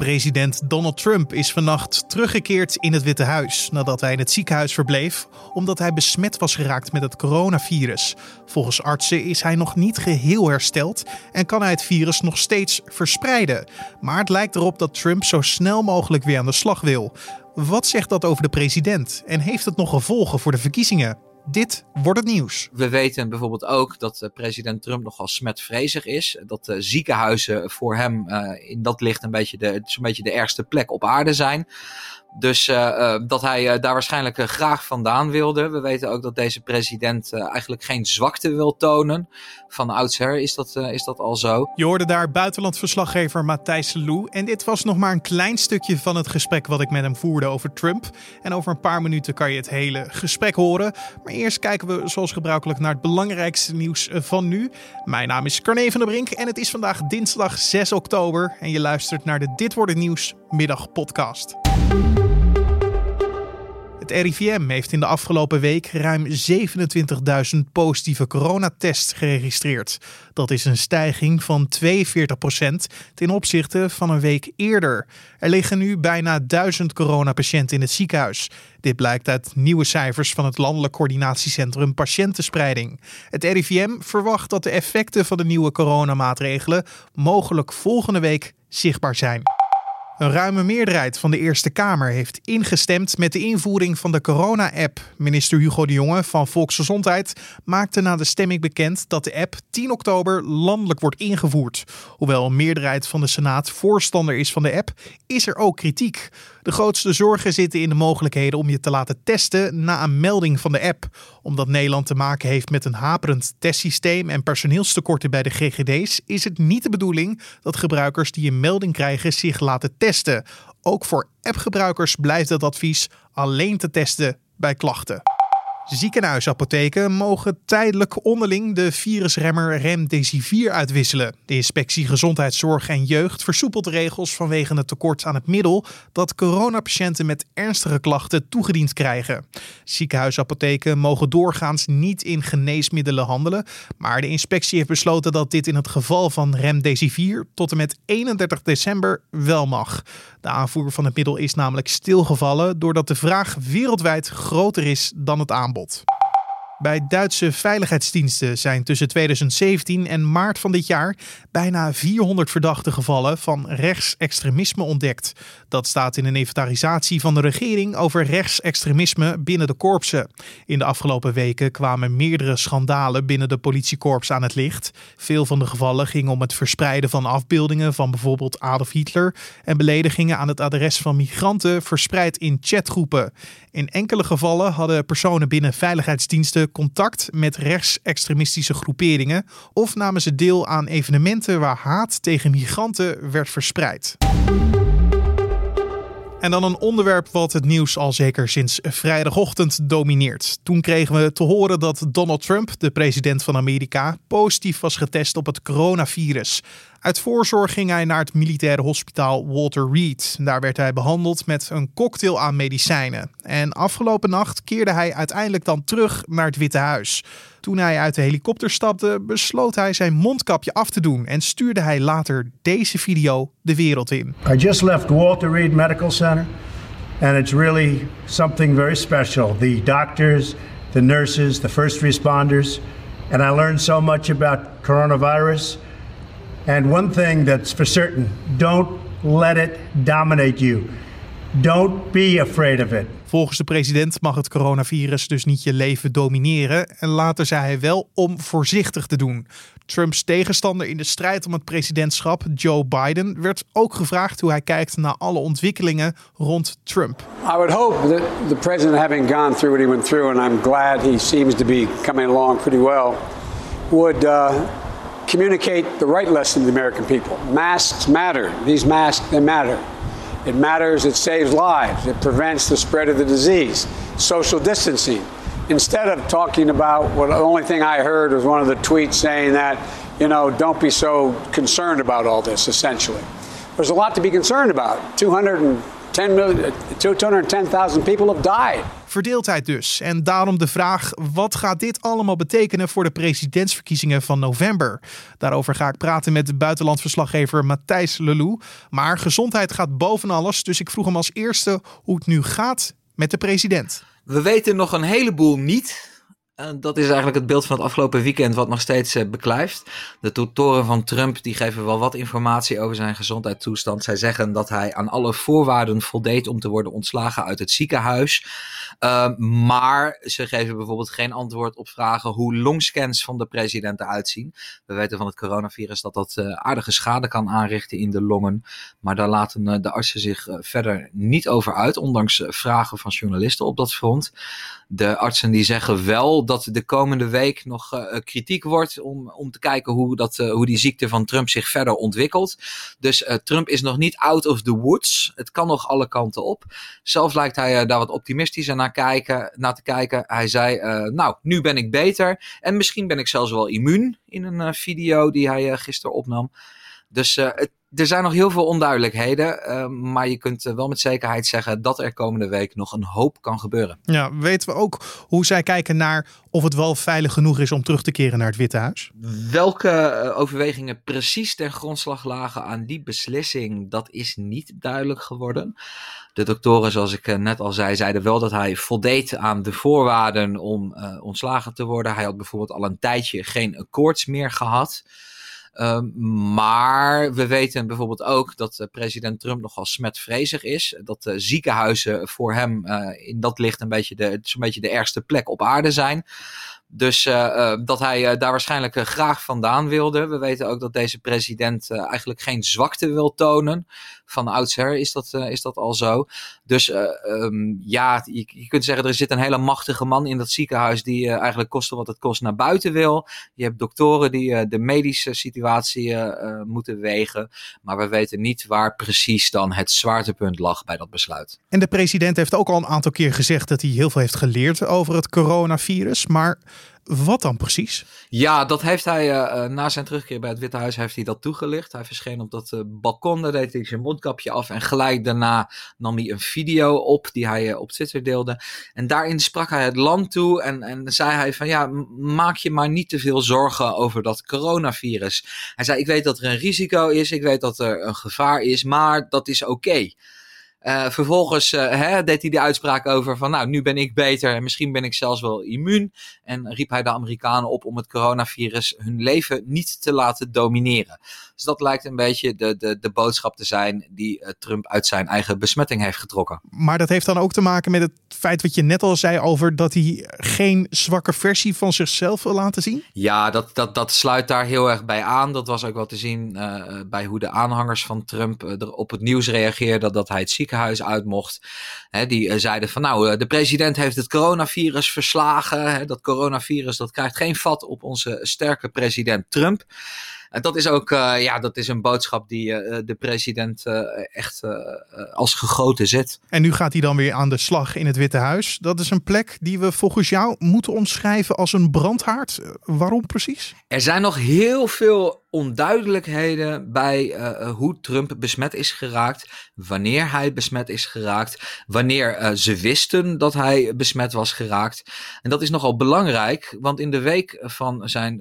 President Donald Trump is vannacht teruggekeerd in het Witte Huis nadat hij in het ziekenhuis verbleef omdat hij besmet was geraakt met het coronavirus. Volgens artsen is hij nog niet geheel hersteld en kan hij het virus nog steeds verspreiden. Maar het lijkt erop dat Trump zo snel mogelijk weer aan de slag wil. Wat zegt dat over de president en heeft het nog gevolgen voor de verkiezingen? Dit wordt het nieuws. We weten bijvoorbeeld ook dat president Trump nogal smetvrezig is. Dat ziekenhuizen voor hem in dat licht zo'n beetje de ergste plek op aarde zijn. Dus dat hij daar waarschijnlijk graag vandaan wilde. We weten ook dat deze president eigenlijk geen zwakte wil tonen. Van oudsher is dat al zo. Je hoorde daar buitenlandverslaggever Matthijs Lou. En dit was nog maar een klein stukje van het gesprek wat ik met hem voerde over Trump. En over een paar minuten kan je het hele gesprek horen. Maar eerst kijken we zoals gebruikelijk naar het belangrijkste nieuws van nu. Mijn naam is Carne van der Brink en het is vandaag dinsdag 6 oktober. En je luistert naar de Dit Wordt Het Nieuws middagpodcast. Het RIVM heeft in de afgelopen week ruim 27.000 positieve coronatests geregistreerd. Dat is een stijging van 42% ten opzichte van een week eerder. Er liggen nu bijna 1000 coronapatiënten in het ziekenhuis. Dit blijkt uit nieuwe cijfers van het Landelijk Coördinatiecentrum Patiëntenspreiding. Het RIVM verwacht dat de effecten van de nieuwe coronamaatregelen mogelijk volgende week zichtbaar zijn. Een ruime meerderheid van de Eerste Kamer heeft ingestemd met de invoering van de corona-app. Minister Hugo de Jonge van Volksgezondheid maakte na de stemming bekend dat de app 10 oktober landelijk wordt ingevoerd. Hoewel een meerderheid van de Senaat voorstander is van de app, is er ook kritiek. De grootste zorgen zitten in de mogelijkheden om je te laten testen na een melding van de app. Omdat Nederland te maken heeft met een haperend testsysteem en personeelstekorten bij de GGD's, is het niet de bedoeling dat gebruikers die een melding krijgen zich laten testen. Ook voor appgebruikers blijft het advies alleen te testen bij klachten. Ziekenhuisapotheken mogen tijdelijk onderling de virusremmer Remdesivir uitwisselen. De Inspectie Gezondheidszorg en Jeugd versoepelt de regels vanwege het tekort aan het middel dat coronapatiënten met ernstige klachten toegediend krijgen. Ziekenhuisapotheken mogen doorgaans niet in geneesmiddelen handelen, maar de inspectie heeft besloten dat dit in het geval van Remdesivir tot en met 31 december wel mag. De aanvoer van het middel is namelijk stilgevallen doordat de vraag wereldwijd groter is dan het aanbod. Bij Duitse veiligheidsdiensten zijn tussen 2017 en maart van dit jaar bijna 400 verdachte gevallen van rechtsextremisme ontdekt. Dat staat in een inventarisatie van de regering over rechtsextremisme binnen de korpsen. In de afgelopen weken kwamen meerdere schandalen binnen de politiekorps aan het licht. Veel van de gevallen gingen om het verspreiden van afbeeldingen van bijvoorbeeld Adolf Hitler en beledigingen aan het adres van migranten verspreid in chatgroepen. In enkele gevallen hadden personen binnen veiligheidsdiensten contact met rechtsextremistische groeperingen of namen ze deel aan evenementen waar haat tegen migranten werd verspreid. En dan een onderwerp wat het nieuws al zeker sinds vrijdagochtend domineert. Toen kregen we te horen dat Donald Trump, de president van Amerika, positief was getest op het coronavirus. Uit voorzorg ging hij naar het militaire hospitaal Walter Reed. Daar werd hij behandeld met een cocktail aan medicijnen. En afgelopen nacht keerde hij uiteindelijk dan terug naar het Witte Huis. Toen hij uit de helikopter stapte, besloot hij zijn mondkapje af te doen en stuurde hij later deze video de wereld in. I just left Walter Reed Medical Center and it's really something very special. The doctors, the nurses, the first responders, and I learned so much about coronavirus. And one thing that's for certain, don't let it dominate you. Don't be afraid of it. Volgens de president mag het coronavirus dus niet je leven domineren. En later zei hij wel om voorzichtig te doen. Trumps tegenstander in de strijd om het presidentschap, Joe Biden, werd ook gevraagd hoe hij kijkt naar alle ontwikkelingen rond Trump. I would hope that the president, having gone through what he went through, and I'm glad he seems to be coming along pretty well, would communicate the right lesson to the American people. Masks matter. These masks, they matter. It matters, it saves lives, it prevents the spread of the disease. Social distancing. Instead of talking about the only thing I heard was one of the tweets saying that, don't be so concerned about all this, essentially. There's a lot to be concerned about. 210,000 people have died. Verdeeldheid dus. En daarom de vraag, wat gaat dit allemaal betekenen voor de presidentsverkiezingen van november? Daarover ga ik praten met de buitenlandverslaggever Matthijs Lelou. Maar gezondheid gaat boven alles, dus ik vroeg hem als eerste hoe het nu gaat met de president. We weten nog een heleboel niet. Dat is eigenlijk het beeld van het afgelopen weekend wat nog steeds beklijft. De tutoren van Trump die geven wel wat informatie over zijn gezondheidstoestand. Zij zeggen dat hij aan alle voorwaarden voldeed om te worden ontslagen uit het ziekenhuis. Maar ze geven bijvoorbeeld geen antwoord op vragen hoe longscans van de president eruit zien. We weten van het coronavirus dat aardige schade kan aanrichten in de longen. Maar daar laten de artsen zich verder niet over uit, ondanks vragen van journalisten op dat front. De artsen die zeggen wel dat de komende week nog kritiek wordt om te kijken hoe die ziekte van Trump zich verder ontwikkelt. Dus Trump is nog niet out of the woods. Het kan nog alle kanten op. Zelfs lijkt hij daar wat optimistischer naar te kijken. Hij zei, nu ben ik beter. En misschien ben ik zelfs wel immuun in een video die hij gisteren opnam. Dus er zijn nog heel veel onduidelijkheden, maar je kunt wel met zekerheid zeggen dat er komende week nog een hoop kan gebeuren. Ja, weten we ook hoe zij kijken naar of het wel veilig genoeg is om terug te keren naar het Witte Huis? Welke overwegingen precies ten grondslag lagen aan die beslissing, dat is niet duidelijk geworden. De doktoren, zoals ik net al zei, zeiden wel dat hij voldeed aan de voorwaarden om ontslagen te worden. Hij had bijvoorbeeld al een tijdje geen koorts meer gehad. Maar we weten bijvoorbeeld ook dat president Trump nogal smetvrezig is. Dat ziekenhuizen voor hem in dat licht zo'n beetje de ergste plek op aarde zijn. Dus dat hij daar waarschijnlijk graag vandaan wilde. We weten ook dat deze president eigenlijk geen zwakte wil tonen. Van oudsher is dat al zo. Dus je kunt zeggen, er zit een hele machtige man in dat ziekenhuis die eigenlijk koste wat het kost naar buiten wil. Je hebt doktoren die de medische situatie moeten wegen. Maar we weten niet waar precies dan het zwaartepunt lag bij dat besluit. En de president heeft ook al een aantal keer gezegd dat hij heel veel heeft geleerd over het coronavirus. Maar wat dan precies? Ja, dat heeft hij na zijn terugkeer bij het Witte Huis heeft hij dat toegelicht. Hij verscheen op dat balkon, daar deed hij zijn mondkapje af en gelijk daarna nam hij een video op die hij op Twitter deelde. En daarin sprak hij het land toe en zei hij van maak je maar niet te veel zorgen over dat coronavirus. Hij zei, ik weet dat er een risico is, ik weet dat er een gevaar is, maar dat is oké. Vervolgens deed hij de uitspraak over van nu ben ik beter en misschien ben ik zelfs wel immuun. En riep hij de Amerikanen op om het coronavirus hun leven niet te laten domineren. Dus dat lijkt een beetje de boodschap te zijn die Trump uit zijn eigen besmetting heeft getrokken. Maar dat heeft dan ook te maken met het feit wat je net al zei over dat hij geen zwakke versie van zichzelf wil laten zien? Ja, dat sluit daar heel erg bij aan. Dat was ook wel te zien bij hoe de aanhangers van Trump er op het nieuws reageerden dat hij het ziekenhuis uit mocht. Die zeiden van de president heeft het coronavirus verslagen. Dat coronavirus dat krijgt geen vat op onze sterke president Trump. En dat is ook dat is een boodschap die de president echt als gegoten zet. En nu gaat hij dan weer aan de slag in het Witte Huis. Dat is een plek die we volgens jou moeten omschrijven als een brandhaard. Waarom precies? Er zijn nog heel veel onduidelijkheden bij hoe Trump besmet is geraakt, wanneer hij besmet is geraakt, wanneer ze wisten dat hij besmet was geraakt. En dat is nogal belangrijk, want in de week van zijn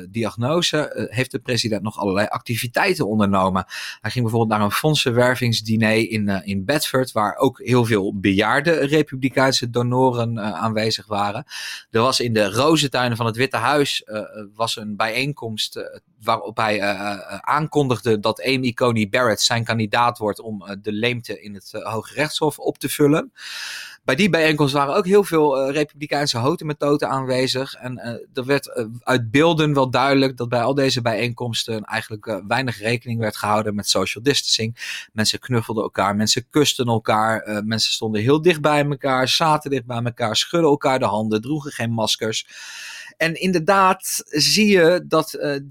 diagnose heeft de president nog allerlei activiteiten ondernomen. Hij ging bijvoorbeeld naar een fondsenwervingsdiner in Bedford, waar ook heel veel bejaarde republikeinse donoren aanwezig waren. Er was in de rozentuinen van het Witte Huis was een bijeenkomst waarop hij aankondigde dat Amy Coney Barrett zijn kandidaat wordt om de leemte in het Hoge Rechtshof op te vullen. Bij die bijeenkomst waren ook heel veel republikeinse hotemetoten aanwezig. En er werd uit beelden wel duidelijk dat bij al deze bijeenkomsten eigenlijk weinig rekening werd gehouden met social distancing. Mensen knuffelden elkaar, mensen kusten elkaar, mensen stonden heel dicht bij elkaar, zaten dicht bij elkaar, schudden elkaar de handen, droegen geen maskers. En inderdaad zie je dat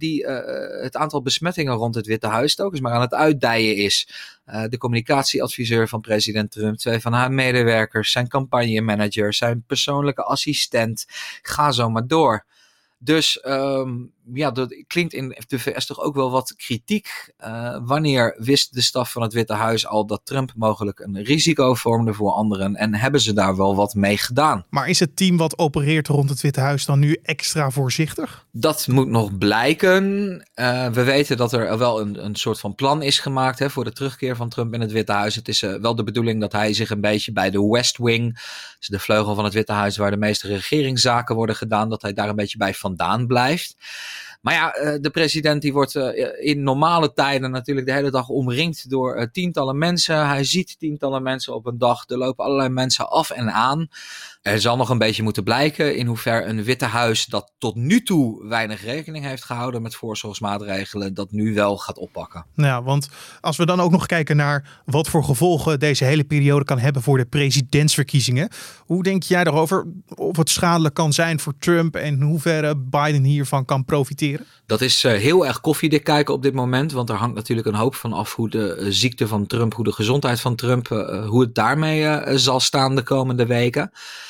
het aantal besmettingen rond het Witte Huis ook eens maar aan het uitdijen is. De communicatieadviseur van president Trump, 2 van haar medewerkers, zijn campagnemanager, zijn persoonlijke assistent. Ga zo maar door. Dus dat klinkt in de VS toch ook wel wat kritiek. Wanneer wist de staf van het Witte Huis al dat Trump mogelijk een risico vormde voor anderen? En hebben ze daar wel wat mee gedaan? Maar is het team wat opereert rond het Witte Huis dan nu extra voorzichtig? Dat moet nog blijken. We weten dat er wel een soort van plan is gemaakt voor de terugkeer van Trump in het Witte Huis. Het is wel de bedoeling dat hij zich een beetje bij de West Wing, dus de vleugel van het Witte Huis waar de meeste regeringszaken worden gedaan, dat hij daar een beetje bij vandaan blijft. Maar ja, de president die wordt in normale tijden natuurlijk de hele dag omringd door tientallen mensen. Hij ziet tientallen mensen op een dag. Er lopen allerlei mensen af en aan. Er zal nog een beetje moeten blijken in hoeverre een Witte Huis dat tot nu toe weinig rekening heeft gehouden met voorzorgsmaatregelen, dat nu wel gaat oppakken. Ja, want als we dan ook nog kijken naar wat voor gevolgen deze hele periode kan hebben voor de presidentsverkiezingen. Hoe denk jij daarover? Of het schadelijk kan zijn voor Trump en in hoeverre Biden hiervan kan profiteren? Dat is heel erg koffiedik kijken op dit moment, want er hangt natuurlijk een hoop van af hoe de ziekte van Trump, hoe de gezondheid van Trump, hoe het daarmee zal staan de komende weken.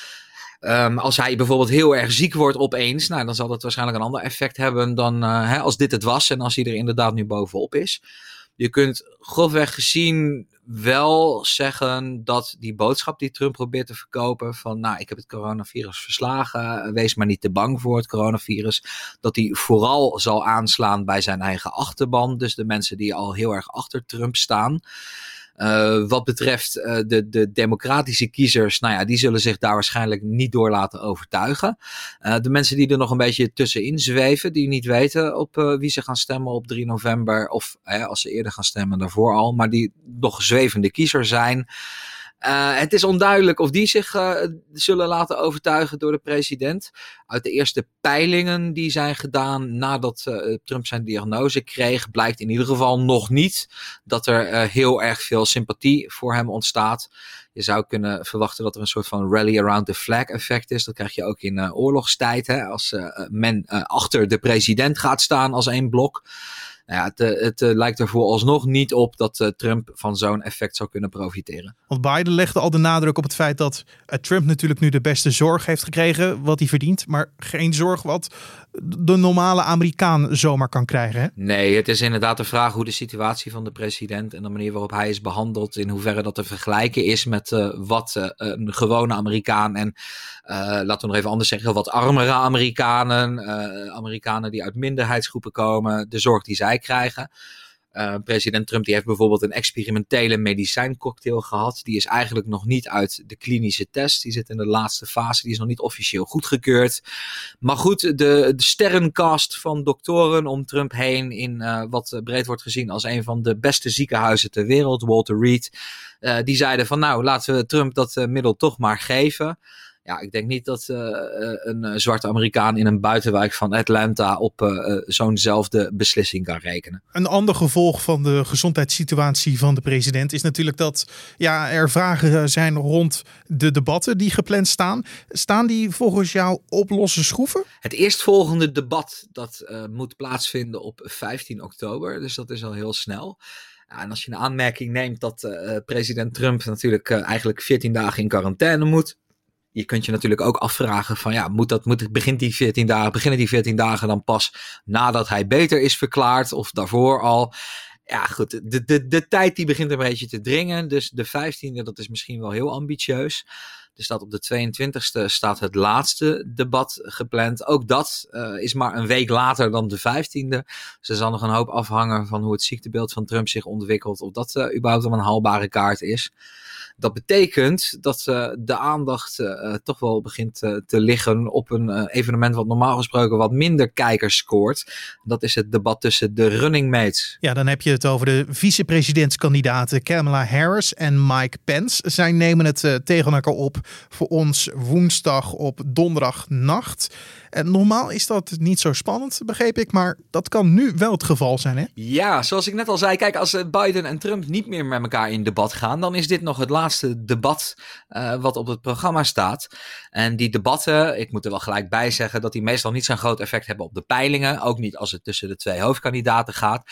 Als hij bijvoorbeeld heel erg ziek wordt opeens, nou, dan zal dat waarschijnlijk een ander effect hebben dan als dit het was en als hij er inderdaad nu bovenop is. Je kunt grofweg gezien wel zeggen dat die boodschap die Trump probeert te verkopen van nou, ik heb het coronavirus verslagen, wees maar niet te bang voor het coronavirus, dat die vooral zal aanslaan bij zijn eigen achterban, dus de mensen die al heel erg achter Trump staan. Wat betreft de democratische kiezers, nou ja, die zullen zich daar waarschijnlijk niet door laten overtuigen. De mensen die er nog een beetje tussenin zweven, die niet weten op wie ze gaan stemmen op 3 november, of als ze eerder gaan stemmen daarvoor al, maar die nog zwevende kiezer zijn. Het is onduidelijk of die zich zullen laten overtuigen door de president. Uit de eerste peilingen die zijn gedaan nadat Trump zijn diagnose kreeg, blijkt in ieder geval nog niet dat er heel erg veel sympathie voor hem ontstaat. Je zou kunnen verwachten dat er een soort van rally around the flag effect is. Dat krijg je ook in oorlogstijd, als men achter de president gaat staan als één blok. Nou ja, het lijkt er vooralsnog niet op dat Trump van zo'n effect zou kunnen profiteren. Want Biden legde al de nadruk op het feit dat Trump natuurlijk nu de beste zorg heeft gekregen wat hij verdient. Maar geen zorg wat de normale Amerikaan zomaar kan krijgen. Hè? Nee, het is inderdaad de vraag hoe de situatie van de president en de manier waarop hij is behandeld, in hoeverre dat te vergelijken is met wat een gewone Amerikaan en laten we nog even anders zeggen, wat armere Amerikanen, Amerikanen die uit minderheidsgroepen komen, de zorg die zij krijgen. President Trump die heeft bijvoorbeeld een experimentele medicijncocktail gehad. Die is eigenlijk nog niet uit de klinische test. Die zit in de laatste fase. Die is nog niet officieel goedgekeurd. Maar goed, de sterrencast van doktoren om Trump heen in wat breed wordt gezien als een van de beste ziekenhuizen ter wereld, Walter Reed. Die zeiden van nou, laten we Trump dat middel toch maar geven. Ja, ik denk niet dat een zwarte Amerikaan in een buitenwijk van Atlanta op zo'nzelfde beslissing kan rekenen. Een ander gevolg van de gezondheidssituatie van de president is natuurlijk dat er vragen zijn rond de debatten die gepland staan. Staan die volgens jou op losse schroeven? Het eerstvolgende debat dat moet plaatsvinden op 15 oktober, dus dat is al heel snel. Ja, en als je een aanmerking neemt dat president Trump natuurlijk eigenlijk 14 dagen in quarantaine moet. Je kunt je natuurlijk ook afvragen van beginnen die 14 dagen dan pas nadat hij beter is verklaard of daarvoor al. Ja goed, de tijd die begint een beetje te dringen. Dus de 15e, dat is misschien wel heel ambitieus. Er staat op de 22e staat het laatste debat gepland. Ook dat is maar een week later dan de 15e. Dus er zal nog een hoop afhangen van hoe het ziektebeeld van Trump zich ontwikkelt. Of dat überhaupt wel een haalbare kaart is. Dat betekent dat de aandacht toch wel begint te liggen op een evenement wat normaal gesproken wat minder kijkers scoort. Dat is het debat tussen de running mates. Ja, dan heb je het over de vicepresidentskandidaten Kamala Harris en Mike Pence. Zij nemen het tegen elkaar op voor ons woensdag op donderdagnacht. En normaal is dat niet zo spannend, begreep ik. Maar dat kan nu wel het geval zijn, hè? Ja, zoals ik net al zei. Kijk, als Biden en Trump niet meer met elkaar in debat gaan, dan is dit nog het laatste debat wat op het programma staat. En die debatten, ik moet er wel gelijk bij zeggen, dat die meestal niet zo'n groot effect hebben op de peilingen. Ook niet als het tussen de twee hoofdkandidaten gaat.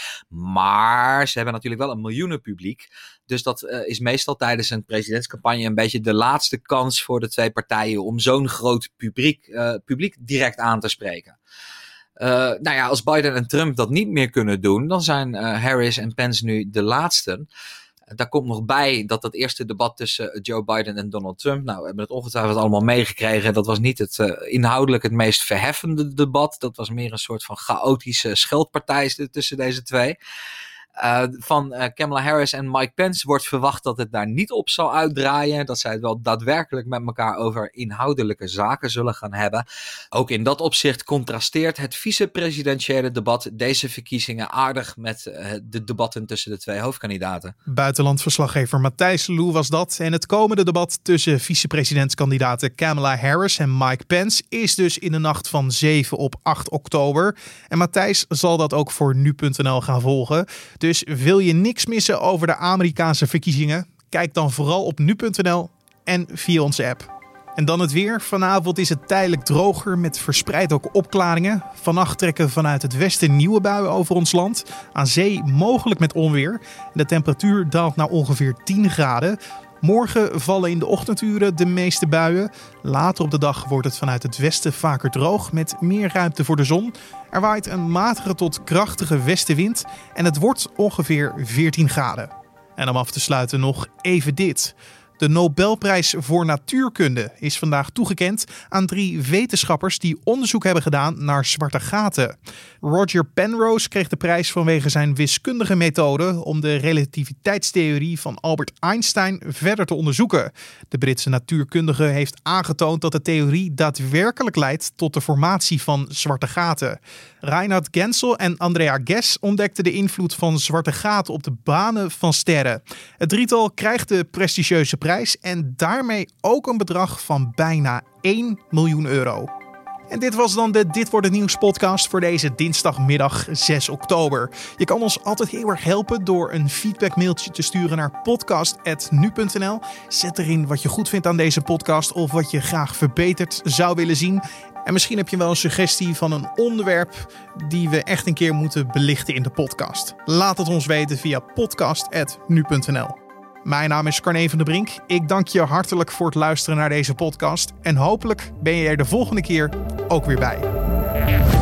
Maar ze hebben natuurlijk wel een miljoenenpubliek. Dus dat is meestal tijdens een presidentscampagne een beetje de laatste kans voor de twee partijen om zo'n groot publiek direct aan te spreken. Als Biden en Trump dat niet meer kunnen doen, dan zijn Harris en Pence nu de laatsten. Daar komt nog bij dat eerste debat tussen Joe Biden en Donald Trump, we hebben het ongetwijfeld allemaal meegekregen. Dat was niet het inhoudelijk het meest verheffende debat. Dat was meer een soort van chaotische scheldpartij tussen deze twee. Van Kamala Harris en Mike Pence wordt verwacht dat het daar niet op zal uitdraaien. Dat zij het wel daadwerkelijk met elkaar over inhoudelijke zaken zullen gaan hebben. Ook in dat opzicht contrasteert het vicepresidentiële debat deze verkiezingen aardig met de debatten tussen de twee hoofdkandidaten. Buitenlandverslaggever Matthijs Lou was dat. En het komende debat tussen vicepresidentskandidaten Kamala Harris en Mike Pence is dus in de nacht van 7 op 8 oktober. En Matthijs zal dat ook voor nu.nl gaan volgen. Dus wil je niks missen over de Amerikaanse verkiezingen? Kijk dan vooral op nu.nl en via onze app. En dan het weer. Vanavond is het tijdelijk droger met verspreid ook opklaringen. Vannacht trekken vanuit het westen nieuwe buien over ons land. Aan zee mogelijk met onweer. De temperatuur daalt naar ongeveer 10 graden. Morgen vallen in de ochtenduren de meeste buien. Later op de dag wordt het vanuit het westen vaker droog met meer ruimte voor de zon. Er waait een matige tot krachtige westenwind en het wordt ongeveer 14 graden. En om af te sluiten nog even dit. De Nobelprijs voor natuurkunde is vandaag toegekend aan 3 wetenschappers die onderzoek hebben gedaan naar zwarte gaten. Roger Penrose kreeg de prijs vanwege zijn wiskundige methode om de relativiteitstheorie van Albert Einstein verder te onderzoeken. De Britse natuurkundige heeft aangetoond dat de theorie daadwerkelijk leidt tot de formatie van zwarte gaten. Reinhard Genzel en Andrea Ghez ontdekten de invloed van zwarte gaten op de banen van sterren. Het drietal krijgt de prestigieuze prijs en daarmee ook een bedrag van bijna 1 miljoen euro. En dit was dan de Dit Wordt Het Nieuws podcast voor deze dinsdagmiddag 6 oktober. Je kan ons altijd heel erg helpen door een feedbackmailtje te sturen naar podcast@nu.nl. Zet erin wat je goed vindt aan deze podcast of wat je graag verbeterd zou willen zien. En misschien heb je wel een suggestie van een onderwerp die we echt een keer moeten belichten in de podcast. Laat het ons weten via podcast@nu.nl. Mijn naam is Carne van der Brink. Ik dank je hartelijk voor het luisteren naar deze podcast. En hopelijk ben je er de volgende keer ook weer bij.